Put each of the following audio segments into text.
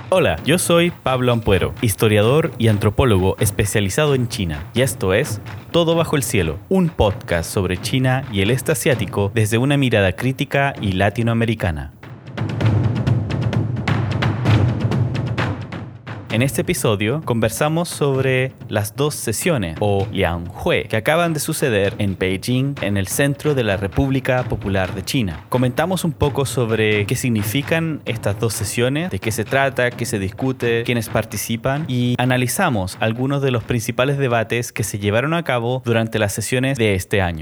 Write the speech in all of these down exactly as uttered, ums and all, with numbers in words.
Hola, yo soy Pablo Ampuero, historiador y antropólogo especializado en China, y esto es Todo Bajo el Cielo, un podcast sobre China y el este asiático desde una mirada crítica y latinoamericana. En este episodio conversamos sobre las dos sesiones, o Lianghui, que acaban de suceder en Beijing, en el centro de la República Popular de China. Comentamos un poco sobre qué significan estas dos sesiones, de qué se trata, qué se discute, quiénes participan, y analizamos algunos de los principales debates que se llevaron a cabo durante las sesiones de este año.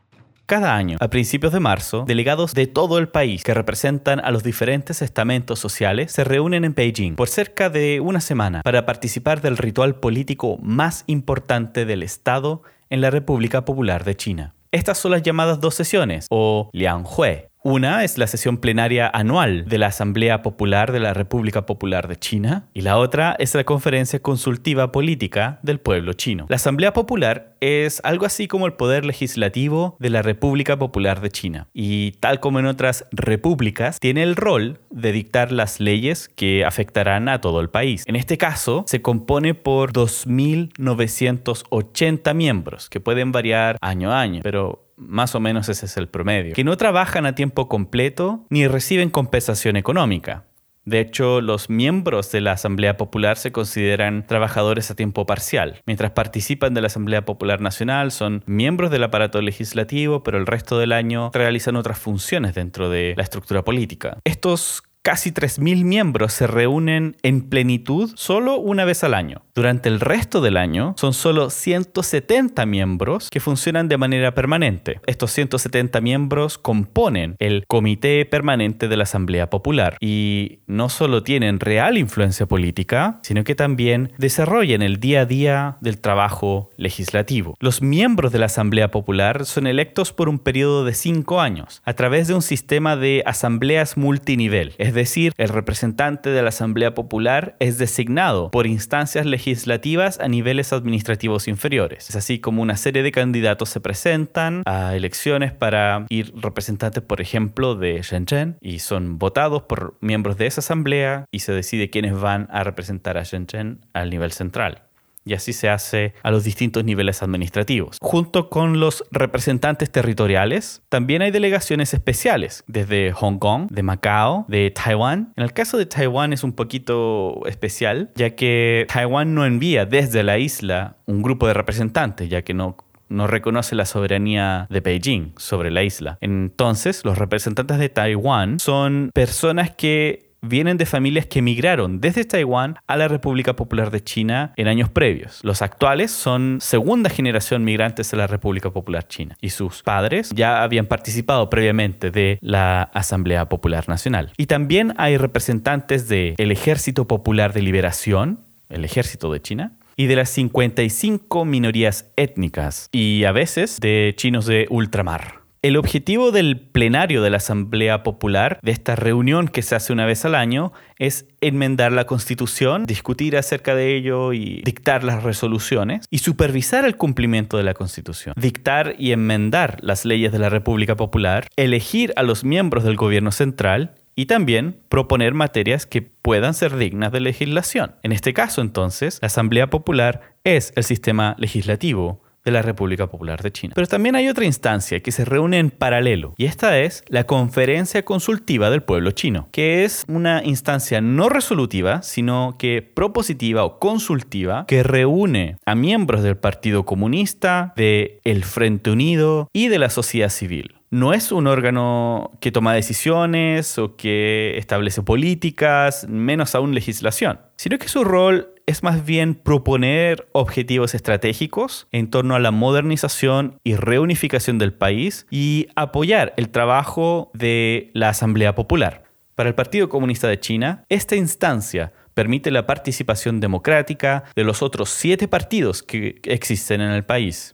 Cada año, a principios de marzo, delegados de todo el país que representan a los diferentes estamentos sociales se reúnen en Beijing por cerca de una semana para participar del ritual político más importante del Estado en la República Popular de China. Estas son las llamadas dos sesiones, o Lianghui. Una es la sesión plenaria anual de la Asamblea Popular de la República Popular de China y la otra es la Conferencia Consultiva Política del Pueblo Chino. La Asamblea Popular es algo así como el poder legislativo de la República Popular de China y, tal como en otras repúblicas, tiene el rol de dictar las leyes que afectarán a todo el país. En este caso, se compone por dos mil novecientos ochenta miembros, que pueden variar año a año, pero más o menos ese es el promedio, que no trabajan a tiempo completo ni reciben compensación económica. De hecho, los miembros de la Asamblea Popular se consideran trabajadores a tiempo parcial. Mientras participan de la Asamblea Popular Nacional, son miembros del aparato legislativo, pero el resto del año realizan otras funciones dentro de la estructura política. Estos casi tres mil miembros se reúnen en plenitud solo una vez al año. Durante el resto del año son solo ciento setenta miembros que funcionan de manera permanente. Estos ciento setenta miembros componen el Comité Permanente de la Asamblea Popular y no solo tienen real influencia política, sino que también desarrollan el día a día del trabajo legislativo. Los miembros de la Asamblea Popular son electos por un periodo de cinco años a través de un sistema de asambleas multinivel. Es decir, el representante de la Asamblea Popular es designado por instancias legislativas a niveles administrativos inferiores. Es así como una serie de candidatos se presentan a elecciones para ir representantes, por ejemplo, de Shenzhen, y son votados por miembros de esa asamblea y se decide quiénes van a representar a Shenzhen al nivel central. Y así se hace a los distintos niveles administrativos. Junto con los representantes territoriales, también hay delegaciones especiales, desde Hong Kong, de Macao, de Taiwán. En el caso de Taiwán es un poquito especial, ya que Taiwán no envía desde la isla un grupo de representantes, ya que no no reconoce la soberanía de Beijing sobre la isla. Entonces, los representantes de Taiwán son personas que vienen de familias que emigraron desde Taiwán a la República Popular de China en años previos. Los actuales son segunda generación migrantes de la República Popular China y sus padres ya habían participado previamente de la Asamblea Popular Nacional. Y también hay representantes del Ejército Popular de Liberación, el Ejército de China, y de las cincuenta y cinco minorías étnicas y a veces de chinos de ultramar. El objetivo del plenario de la Asamblea Popular, de esta reunión que se hace una vez al año, es enmendar la Constitución, discutir acerca de ello y dictar las resoluciones y supervisar el cumplimiento de la Constitución, dictar y enmendar las leyes de la República Popular, elegir a los miembros del gobierno central y también proponer materias que puedan ser dignas de legislación. En este caso, entonces, la Asamblea Popular es el sistema legislativo de la República Popular de China. Pero también hay otra instancia que se reúne en paralelo, y esta es la Conferencia Consultiva del Pueblo Chino, que es una instancia no resolutiva, sino que propositiva o consultiva, que reúne a miembros del Partido Comunista, del Frente Unido y de la sociedad civil. No es un órgano que toma decisiones o que establece políticas, menos aún legislación, sino que su rol es más bien proponer objetivos estratégicos en torno a la modernización y reunificación del país y apoyar el trabajo de la Asamblea Popular. Para el Partido Comunista de China, esta instancia permite la participación democrática de los otros siete partidos que existen en el país.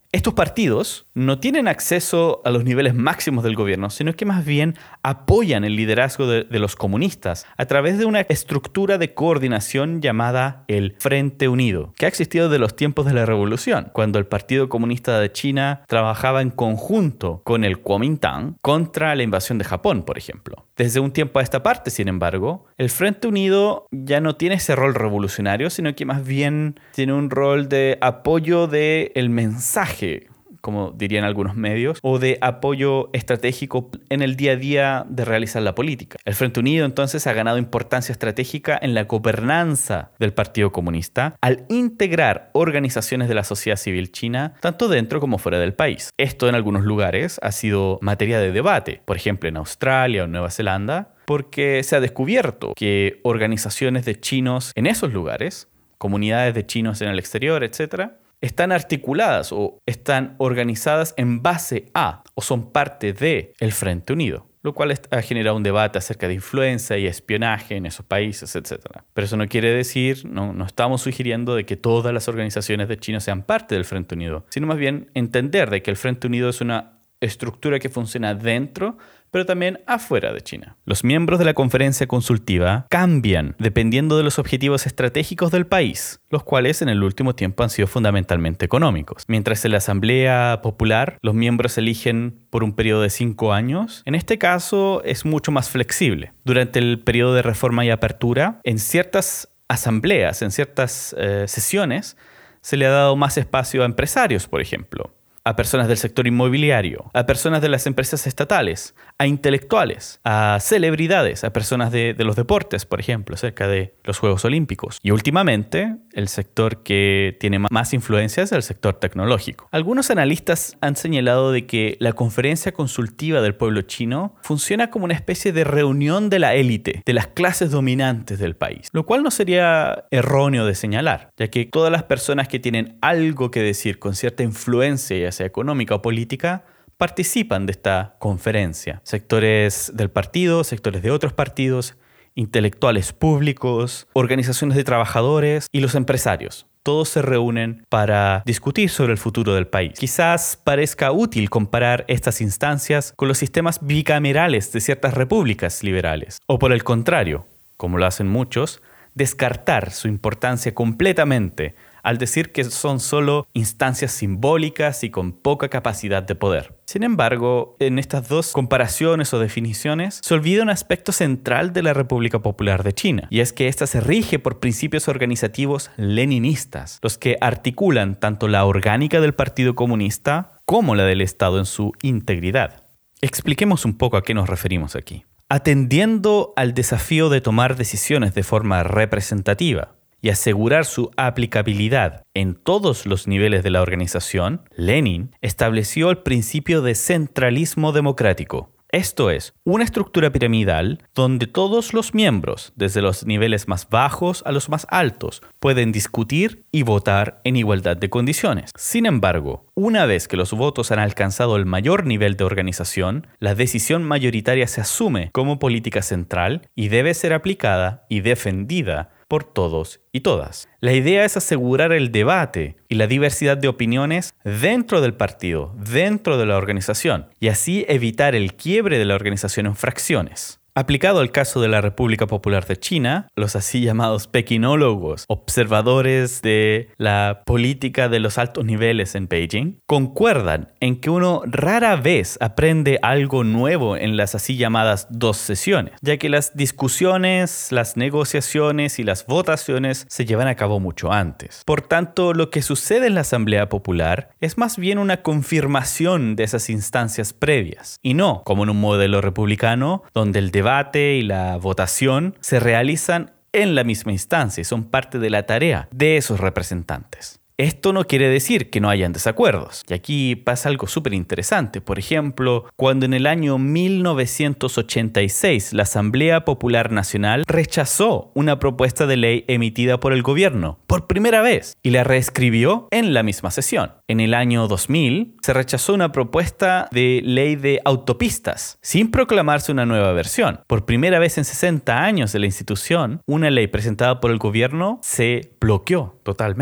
Estos partidos no tienen acceso a los niveles máximos del gobierno, sino que más bien apoyan el liderazgo de, de los comunistas a través de una estructura de coordinación llamada el Frente Unido, que ha existido desde los tiempos de la Revolución, cuando el Partido Comunista de China trabajaba en conjunto con el Kuomintang contra la invasión de Japón, por ejemplo. Desde un tiempo a esta parte, sin embargo, el Frente Unido ya no tiene ese rol revolucionario, sino que más bien tiene un rol de apoyo del mensaje, como dirían algunos medios, o de apoyo estratégico en el día a día de realizar la política. El Frente Unido entonces ha ganado importancia estratégica en la gobernanza del Partido Comunista al integrar organizaciones de la sociedad civil china tanto dentro como fuera del país. Esto en algunos lugares ha sido materia de debate, por ejemplo en Australia o Nueva Zelanda, porque se ha descubierto que organizaciones de chinos en esos lugares, comunidades de chinos en el exterior, etcétera, están articuladas o están organizadas en base a o son parte de el Frente Unido, lo cual ha generado un debate acerca de influencia y espionaje en esos países, etcétera. Pero eso no quiere decir, no, no estamos sugiriendo de que todas las organizaciones de China sean parte del Frente Unido, sino más bien entender de que el Frente Unido es una estructura que funciona dentro, pero también afuera de China. Los miembros de la conferencia consultiva cambian dependiendo de los objetivos estratégicos del país, los cuales en el último tiempo han sido fundamentalmente económicos. Mientras en la Asamblea Popular los miembros se eligen por un periodo de cinco años, en este caso es mucho más flexible. Durante el periodo de reforma y apertura, en ciertas asambleas, en ciertas eh, sesiones, se le ha dado más espacio a empresarios, por ejemplo, a personas del sector inmobiliario, a personas de las empresas estatales, a intelectuales, a celebridades, a personas de, de los deportes, por ejemplo, cerca de los Juegos Olímpicos. Y últimamente, el sector que tiene más influencia es el sector tecnológico. Algunos analistas han señalado de que la conferencia consultiva del pueblo chino funciona como una especie de reunión de la élite, de las clases dominantes del país, lo cual no sería erróneo de señalar, ya que todas las personas que tienen algo que decir con cierta influencia, ya sea económica o política, participan de esta conferencia. Sectores del partido, sectores de otros partidos, intelectuales públicos, organizaciones de trabajadores y los empresarios. Todos se reúnen para discutir sobre el futuro del país. Quizás parezca útil comparar estas instancias con los sistemas bicamerales de ciertas repúblicas liberales. O por el contrario, como lo hacen muchos, descartar su importancia completamente al decir que son solo instancias simbólicas y con poca capacidad de poder. Sin embargo, en estas dos comparaciones o definiciones se olvida un aspecto central de la República Popular de China, y es que ésta se rige por principios organizativos leninistas, los que articulan tanto la orgánica del Partido Comunista como la del Estado en su integridad. Expliquemos un poco a qué nos referimos aquí. Atendiendo al desafío de tomar decisiones de forma representativa y asegurar su aplicabilidad en todos los niveles de la organización, Lenin estableció el principio de centralismo democrático. Esto es, una estructura piramidal donde todos los miembros, desde los niveles más bajos a los más altos, pueden discutir y votar en igualdad de condiciones. Sin embargo, una vez que los votos han alcanzado el mayor nivel de organización, la decisión mayoritaria se asume como política central y debe ser aplicada y defendida por todos y todas. La idea es asegurar el debate y la diversidad de opiniones dentro del partido, dentro de la organización, y así evitar el quiebre de la organización en fracciones. Aplicado al caso de la República Popular de China, los así llamados pequinólogos, observadores de la política de los altos niveles en Beijing, concuerdan en que uno rara vez aprende algo nuevo en las así llamadas dos sesiones, ya que las discusiones, las negociaciones y las votaciones se llevan a cabo mucho antes. Por tanto, lo que sucede en la Asamblea Popular es más bien una confirmación de esas instancias previas, y no como en un modelo republicano donde el debate debate y la votación se realizan en la misma instancia y son parte de la tarea de esos representantes. Esto no quiere decir que no hayan desacuerdos. Y aquí pasa algo súper interesante. Por ejemplo, cuando en el año mil novecientos ochenta y seis la Asamblea Popular Nacional rechazó una propuesta de ley emitida por el gobierno por primera vez y la reescribió en la misma sesión. En el año dos mil se rechazó una propuesta de ley de autopistas sin proclamarse una nueva versión. Por primera vez en sesenta años de la institución, una ley presentada por el gobierno se bloqueó totalmente.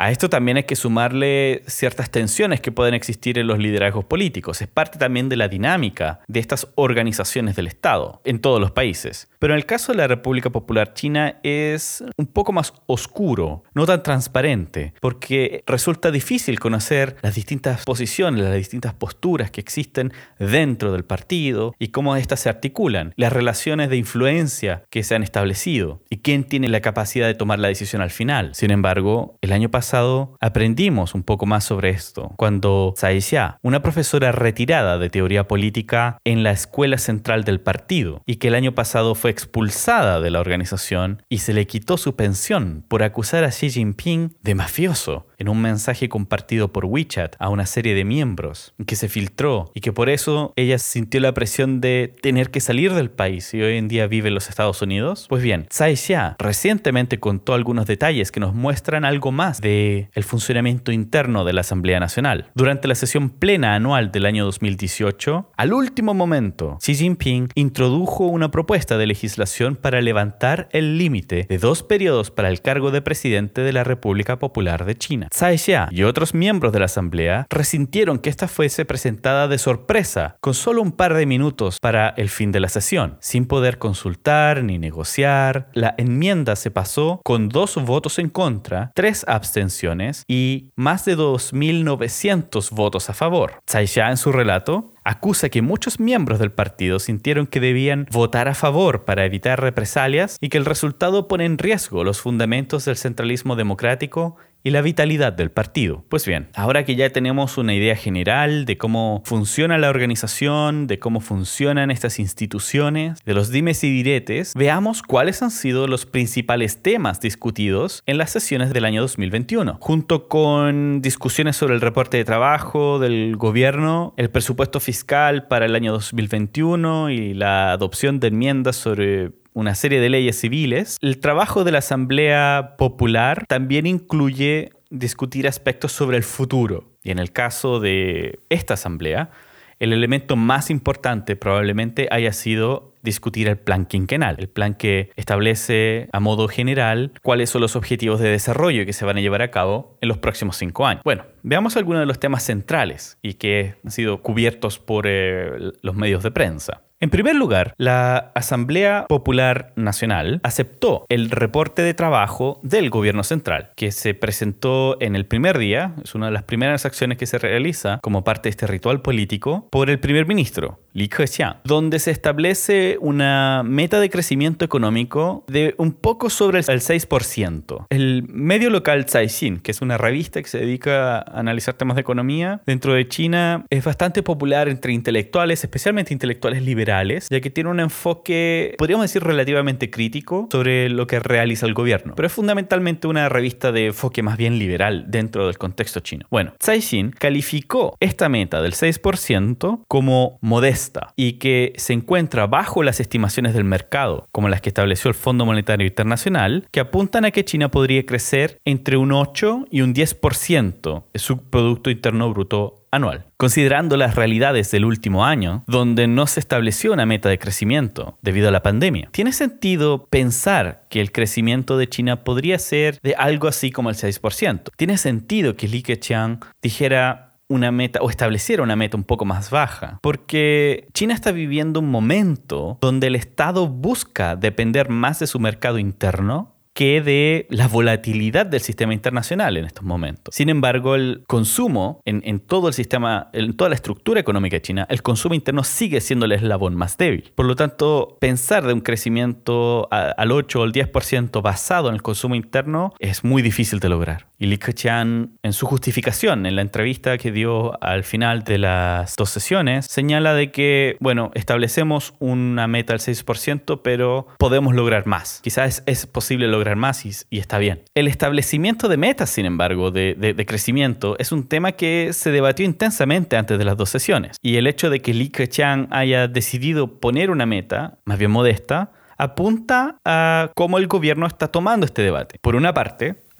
A esto también hay que sumarle ciertas tensiones que pueden existir en los liderazgos políticos. Es parte también de la dinámica de estas organizaciones del Estado en todos los países. Pero en el caso de la República Popular China es un poco más oscuro, no tan transparente, porque resulta difícil conocer las distintas posiciones, las distintas posturas que existen dentro del partido y cómo éstas se articulan, las relaciones de influencia que se han establecido y quién tiene la capacidad de tomar la decisión al final. Sin embargo, el año pasado aprendimos un poco más sobre esto cuando Tsai Xia, una profesora retirada de teoría política en la Escuela Central del Partido y que el año pasado fue expulsada de la organización y se le quitó su pensión por acusar a Xi Jinping de mafioso en un mensaje compartido por WeChat a una serie de miembros que se filtró y que por eso ella sintió la presión de tener que salir del país y hoy en día vive en los Estados Unidos. Pues bien, Tsai Xia recientemente contó algunos detalles que nos muestran algo más de el funcionamiento interno de la Asamblea Nacional. Durante la sesión plena anual del año dos mil dieciocho, al último momento, Xi Jinping introdujo una propuesta de legislación para levantar el límite de dos periodos para el cargo de presidente de la República Popular de China. Tsai Xia y otros miembros de la Asamblea resintieron que esta fuese presentada de sorpresa, con solo un par de minutos para el fin de la sesión, sin poder consultar ni negociar. La enmienda se pasó con dos votos en contra, tres abstenciones y más de dos mil novecientos votos a favor. Tsai Xia en su relato acusa que muchos miembros del partido sintieron que debían votar a favor para evitar represalias y que el resultado pone en riesgo los fundamentos del centralismo democrático y la vitalidad del partido. Pues bien, ahora que ya tenemos una idea general de cómo funciona la organización, de cómo funcionan estas instituciones, de los dimes y diretes, veamos cuáles han sido los principales temas discutidos en las sesiones del año dos mil veintiuno. Junto con discusiones sobre el reporte de trabajo del gobierno, el presupuesto fiscal para el año dos mil veintiuno y la adopción de enmiendas sobre una serie de leyes civiles, el trabajo de la Asamblea Popular también incluye discutir aspectos sobre el futuro. Y en el caso de esta asamblea, el elemento más importante probablemente haya sido discutir el plan quinquenal, el plan que establece a modo general cuáles son los objetivos de desarrollo que se van a llevar a cabo en los próximos cinco años. Bueno, veamos algunos de los temas centrales y que han sido cubiertos por eh, los medios de prensa. En primer lugar, la Asamblea Popular Nacional aceptó el reporte de trabajo del gobierno central, que se presentó en el primer día, es una de las primeras acciones que se realiza como parte de este ritual político, por el primer ministro, Li Keqiang, donde se establece una meta de crecimiento económico de un poco sobre el seis por ciento. El medio local Caixin, que es una revista que se dedica a analizar temas de economía dentro de China, es bastante popular entre intelectuales, especialmente intelectuales liberales, ya que tiene un enfoque, podríamos decir, relativamente crítico sobre lo que realiza el gobierno. Pero es fundamentalmente una revista de enfoque más bien liberal dentro del contexto chino. Bueno, Caixin calificó esta meta del seis por ciento como modesta y que se encuentra bajo las estimaciones del mercado, como las que estableció el Fondo Monetario Internacional, que apuntan a que China podría crecer entre un ocho y un diez por ciento de su Producto Interno Bruto anual. Considerando las realidades del último año, donde no se estableció una meta de crecimiento debido a la pandemia, ¿tiene sentido pensar que el crecimiento de China podría ser de algo así como el seis por ciento? ¿Tiene sentido que Li Keqiang dijera una meta o estableciera una meta un poco más baja? Porque China está viviendo un momento donde el Estado busca depender más de su mercado interno que de la volatilidad del sistema internacional en estos momentos. Sin embargo, el consumo en, en todo el sistema, en toda la estructura económica de China, el consumo interno sigue siendo el eslabón más débil. Por lo tanto, pensar de un crecimiento a, al ocho o al diez por ciento basado en el consumo interno es muy difícil de lograr. Y Li Keqiang, en su justificación, en la entrevista que dio al final de las dos sesiones, señala de que, bueno, establecemos una meta del seis por ciento, pero podemos lograr más. Quizás es, es posible lograr más y, y está bien. El establecimiento de metas, sin embargo, de, de, de crecimiento, es un tema que se debatió intensamente antes de las dos sesiones. Y el hecho de que Li Keqiang haya decidido poner una meta, más bien modesta, apunta a cómo el gobierno está tomando este debate. Por una parte,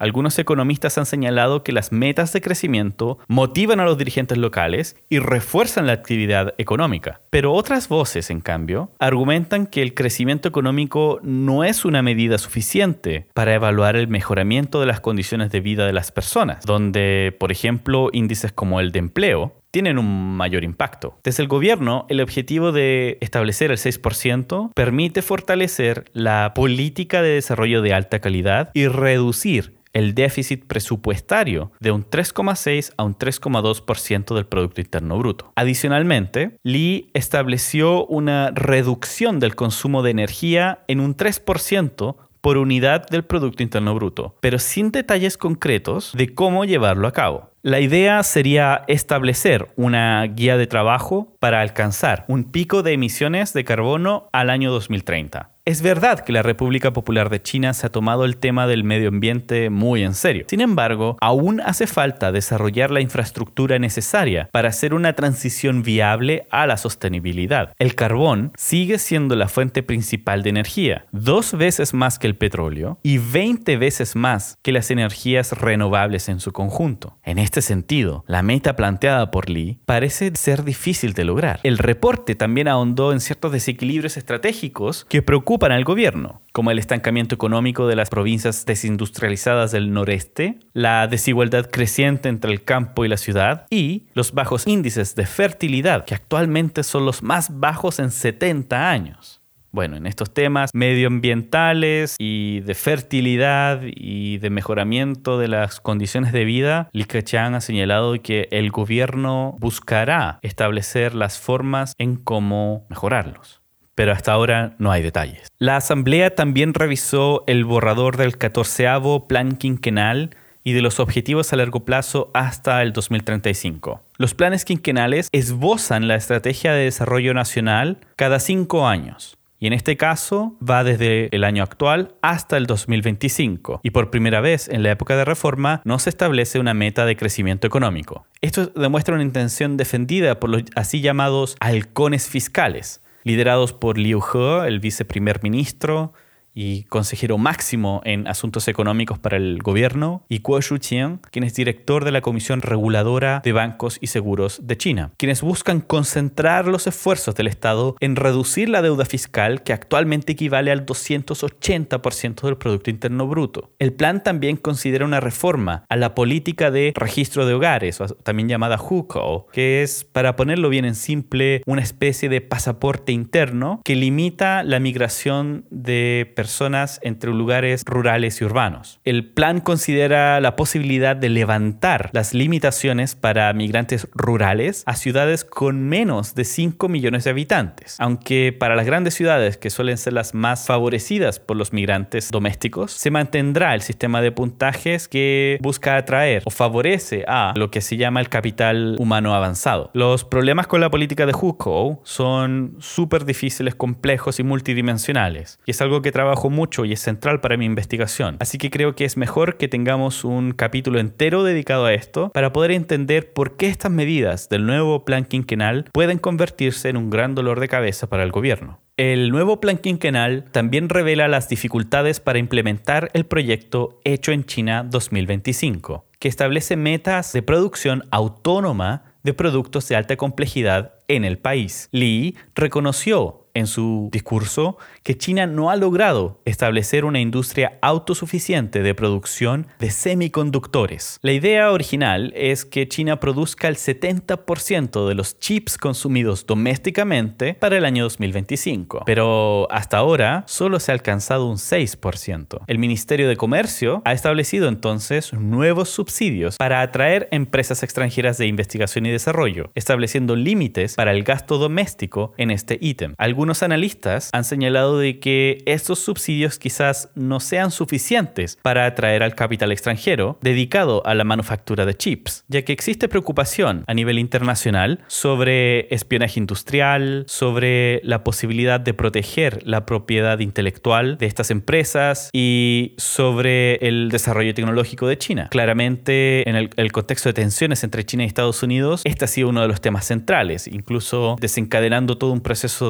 Algunos economistas han señalado que las metas de crecimiento motivan a los dirigentes locales y refuerzan la actividad económica. Pero otras voces, en cambio, argumentan que el crecimiento económico no es una medida suficiente para evaluar el mejoramiento de las condiciones de vida de las personas, donde, por ejemplo, índices como el de empleo tienen un mayor impacto. Desde el gobierno, el objetivo de establecer el seis por ciento permite fortalecer la política de desarrollo de alta calidad y reducir el déficit presupuestario de un tres coma seis a un tres coma dos por ciento del Producto Interno Bruto. Adicionalmente, Lee estableció una reducción del consumo de energía en un tres por ciento por unidad del Producto Interno Bruto, pero sin detalles concretos de cómo llevarlo a cabo. La idea sería establecer una guía de trabajo para alcanzar un pico de emisiones de carbono al año dos mil treinta. Es verdad que la República Popular de China se ha tomado el tema del medio ambiente muy en serio. Sin embargo, aún hace falta desarrollar la infraestructura necesaria para hacer una transición viable a la sostenibilidad. El carbón sigue siendo la fuente principal de energía, dos veces más que el petróleo y veinte veces más que las energías renovables en su conjunto. En este sentido, la meta planteada por Lee parece ser difícil de lograr. El reporte también ahondó en ciertos desequilibrios estratégicos que preocupan al gobierno, como el estancamiento económico de las provincias desindustrializadas del noreste, la desigualdad creciente entre el campo y la ciudad y los bajos índices de fertilidad, que actualmente son los más bajos en setenta años. Bueno, en estos temas medioambientales y de fertilidad y de mejoramiento de las condiciones de vida, Li Keqiang ha señalado que el gobierno buscará establecer las formas en cómo mejorarlos. Pero hasta ahora no hay detalles. La Asamblea también revisó el borrador del catorceavo Plan Quinquenal y de los objetivos a largo plazo hasta el dos mil treinta y cinco. Los planes quinquenales esbozan la estrategia de desarrollo nacional cada cinco años. Y en este caso va desde el año actual hasta el dos mil veinticinco. Y por primera vez en la época de reforma no se establece una meta de crecimiento económico. Esto demuestra una intención defendida por los así llamados halcones fiscales, liderados por Liu He, el viceprimer ministro y consejero máximo en asuntos económicos para el gobierno, y Kuo Shuqian, quien es director de la Comisión Reguladora de Bancos y Seguros de China, quienes buscan concentrar los esfuerzos del Estado en reducir la deuda fiscal que actualmente equivale al doscientos ochenta por ciento del Producto Interno Bruto. El plan también considera una reforma a la política de registro de hogares, o también llamada Hukou, que es, para ponerlo bien en simple, una especie de pasaporte interno que limita la migración de personas personas entre lugares rurales y urbanos. El plan considera la posibilidad de levantar las limitaciones para migrantes rurales a ciudades con menos de cinco millones de habitantes, aunque para las grandes ciudades, que suelen ser las más favorecidas por los migrantes domésticos, se mantendrá el sistema de puntajes que busca atraer o favorece a lo que se llama el capital humano avanzado. Los problemas con la política de Hukou son súper difíciles, complejos y multidimensionales, y es algo que trabajo mucho y es central para mi investigación. Así que creo que es mejor que tengamos un capítulo entero dedicado a esto para poder entender por qué estas medidas del nuevo plan quinquenal pueden convertirse en un gran dolor de cabeza para el gobierno. El nuevo plan quinquenal también revela las dificultades para implementar el proyecto Hecho en China dos mil veinticinco, que establece metas de producción autónoma de productos de alta complejidad en el país. Li reconoció en su discurso que China no ha logrado establecer una industria autosuficiente de producción de semiconductores. La idea original es que China produzca el setenta por ciento de los chips consumidos domésticamente para el año dos mil veinticinco, pero hasta ahora solo se ha alcanzado un seis por ciento. El Ministerio de Comercio ha establecido entonces nuevos subsidios para atraer empresas extranjeras de investigación y desarrollo, estableciendo límites para el gasto doméstico en este ítem. Algunos analistas han señalado de que estos subsidios quizás no sean suficientes para atraer al capital extranjero dedicado a la manufactura de chips, ya que existe preocupación a nivel internacional sobre espionaje industrial, sobre la posibilidad de proteger la propiedad intelectual de estas empresas y sobre el desarrollo tecnológico de China. Claramente, en el, el contexto de tensiones entre China y Estados Unidos, este ha sido uno de los temas centrales, incluso desencadenando todo un proceso de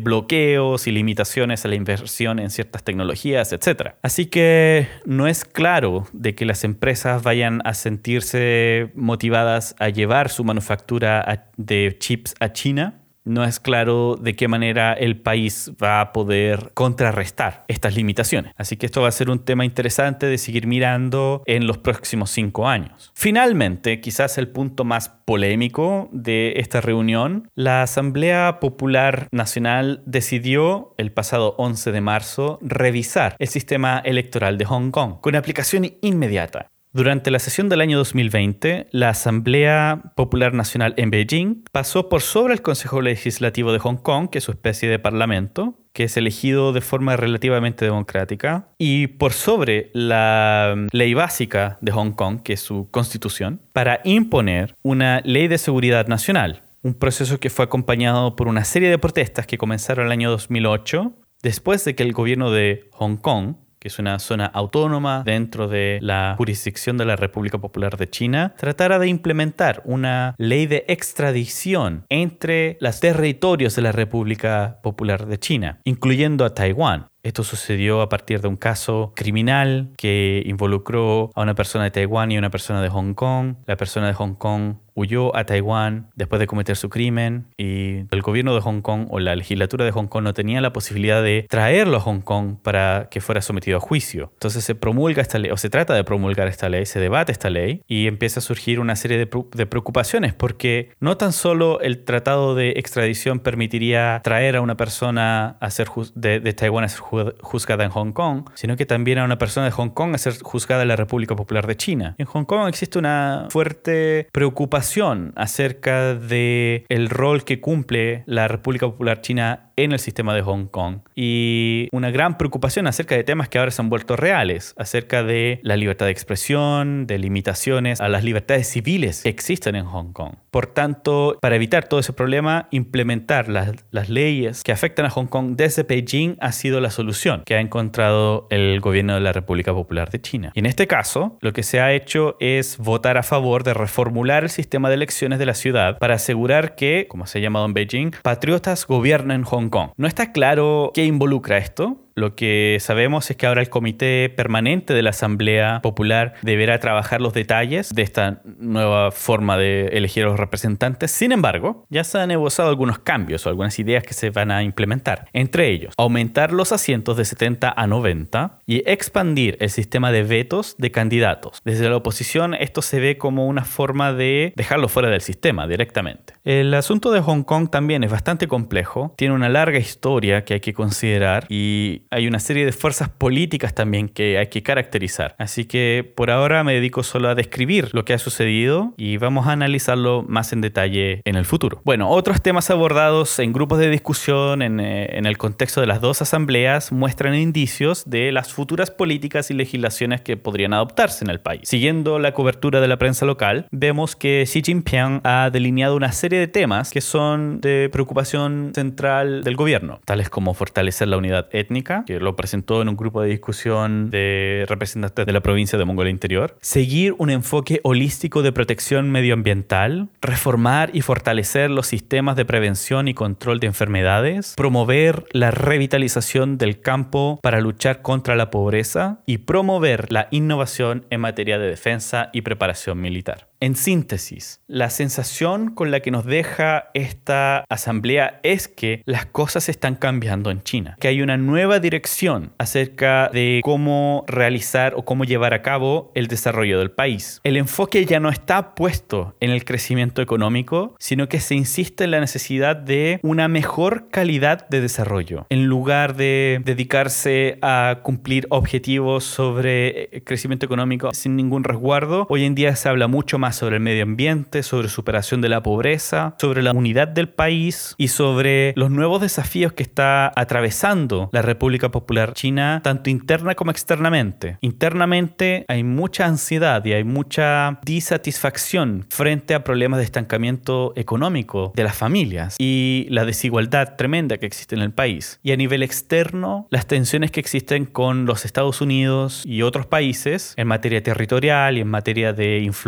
bloqueos y limitaciones a la inversión en ciertas tecnologías, etcétera. Así que no es claro de que las empresas vayan a sentirse motivadas a llevar su manufactura de chips a China. No es claro de qué manera el país va a poder contrarrestar estas limitaciones. Así que esto va a ser un tema interesante de seguir mirando en los próximos cinco años. Finalmente, quizás el punto más polémico de esta reunión, la Asamblea Popular Nacional decidió el pasado once de marzo revisar el sistema electoral de Hong Kong con aplicación inmediata. Durante la sesión del año dos mil veinte, la Asamblea Popular Nacional en Beijing pasó por sobre el Consejo Legislativo de Hong Kong, que es su especie de parlamento, que es elegido de forma relativamente democrática, y por sobre la ley básica de Hong Kong, que es su constitución, para imponer una ley de seguridad nacional, un proceso que fue acompañado por una serie de protestas que comenzaron en el año dos mil ocho, después de que el gobierno de Hong Kong, que es una zona autónoma dentro de la jurisdicción de la República Popular de China, tratara de implementar una ley de extradición entre los territorios de la República Popular de China, incluyendo a Taiwán. Esto sucedió a partir de un caso criminal que involucró a una persona de Taiwán y a una persona de Hong Kong. La persona de Hong Kong huyó a Taiwán después de cometer su crimen y el gobierno de Hong Kong o la legislatura de Hong Kong no tenía la posibilidad de traerlo a Hong Kong para que fuera sometido a juicio. Entonces se promulga esta ley, o se trata de promulgar esta ley, se debate esta ley y empieza a surgir una serie de, de preocupaciones porque no tan solo el tratado de extradición permitiría traer a una persona a ser de, de Taiwán a ser juzgada en Hong Kong, sino que también a una persona de Hong Kong a ser juzgada en la República Popular de China. En Hong Kong existe una fuerte preocupación acerca de el rol que cumple la República Popular China en el sistema de Hong Kong y una gran preocupación acerca de temas que ahora se han vuelto reales, acerca de la libertad de expresión, de limitaciones a las libertades civiles que existen en Hong Kong. Por tanto, para evitar todo ese problema, implementar las, las leyes que afectan a Hong Kong desde Beijing ha sido la solución que ha encontrado el gobierno de la República Popular de China. Y en este caso, lo que se ha hecho es votar a favor de reformular el sistema de elecciones de la ciudad para asegurar que, como se ha llamado en Beijing, patriotas gobiernen Hong Kong. No está claro qué involucra esto. Lo que sabemos es que ahora el Comité Permanente de la Asamblea Popular deberá trabajar los detalles de esta nueva forma de elegir a los representantes. Sin embargo, ya se han esbozado algunos cambios o algunas ideas que se van a implementar. Entre ellos, aumentar los asientos de setenta a noventa y expandir el sistema de vetos de candidatos. Desde la oposición, esto se ve como una forma de dejarlo fuera del sistema directamente. El asunto de Hong Kong también es bastante complejo. Tiene una larga historia que hay que considerar y hay una serie de fuerzas políticas también que hay que caracterizar. Así que por ahora me dedico solo a describir lo que ha sucedido y vamos a analizarlo más en detalle en el futuro. Bueno, otros temas abordados en grupos de discusión en, eh, en el contexto de las dos asambleas muestran indicios de las futuras políticas y legislaciones que podrían adoptarse en el país. Siguiendo la cobertura de la prensa local, vemos que Xi Jinping ha delineado una serie de temas que son de preocupación central del gobierno, tales como fortalecer la unidad étnica, que lo presentó en un grupo de discusión de representantes de la provincia de Mongolia Interior, seguir un enfoque holístico de protección medioambiental, reformar y fortalecer los sistemas de prevención y control de enfermedades, promover la revitalización del campo para luchar contra la pobreza y promover la innovación en materia de defensa y preparación militar. En síntesis, la sensación con la que nos deja esta asamblea es que las cosas están cambiando en China, que hay una nueva dirección acerca de cómo realizar o cómo llevar a cabo el desarrollo del país. El enfoque ya no está puesto en el crecimiento económico, sino que se insiste en la necesidad de una mejor calidad de desarrollo. En lugar de dedicarse a cumplir objetivos sobre crecimiento económico sin ningún resguardo, hoy en día se habla mucho más sobre el medio ambiente, sobre superación de la pobreza, sobre la unidad del país y sobre los nuevos desafíos que está atravesando la República Popular China, tanto interna como externamente. Internamente hay mucha ansiedad y hay mucha disatisfacción frente a problemas de estancamiento económico de las familias y la desigualdad tremenda que existe en el país. Y a nivel externo, las tensiones que existen con los Estados Unidos y otros países en materia territorial y en materia de influencia internacional.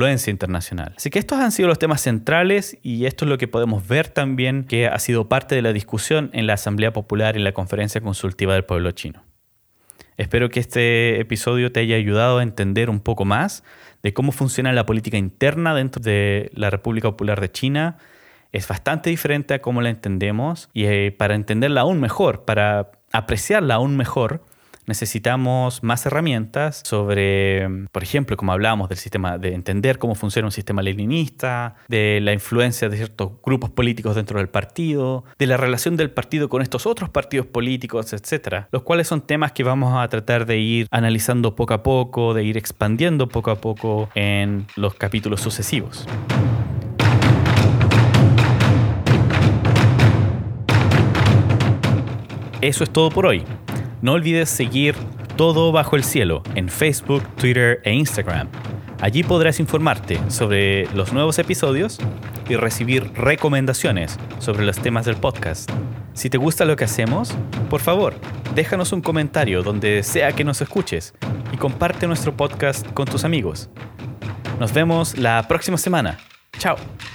internacional. Así que estos han sido los temas centrales y esto es lo que podemos ver también que ha sido parte de la discusión en la Asamblea Popular y la Conferencia Consultiva del Pueblo Chino. Espero que este episodio te haya ayudado a entender un poco más de cómo funciona la política interna dentro de la República Popular de China. Es bastante diferente a cómo la entendemos y eh, para entenderla aún mejor, para apreciarla aún mejor, necesitamos más herramientas sobre, por ejemplo, como hablábamos del sistema, de entender cómo funciona un sistema leninista, de la influencia de ciertos grupos políticos dentro del partido, de la relación del partido con estos otros partidos políticos, etcétera, los cuales son temas que vamos a tratar de ir analizando poco a poco, de ir expandiendo poco a poco en los capítulos sucesivos. Eso es todo por hoy. No olvides seguir Todo Bajo el Cielo en Facebook, Twitter e Instagram. Allí podrás informarte sobre los nuevos episodios y recibir recomendaciones sobre los temas del podcast. Si te gusta lo que hacemos, por favor, déjanos un comentario donde sea que nos escuches y comparte nuestro podcast con tus amigos. Nos vemos la próxima semana. Chao.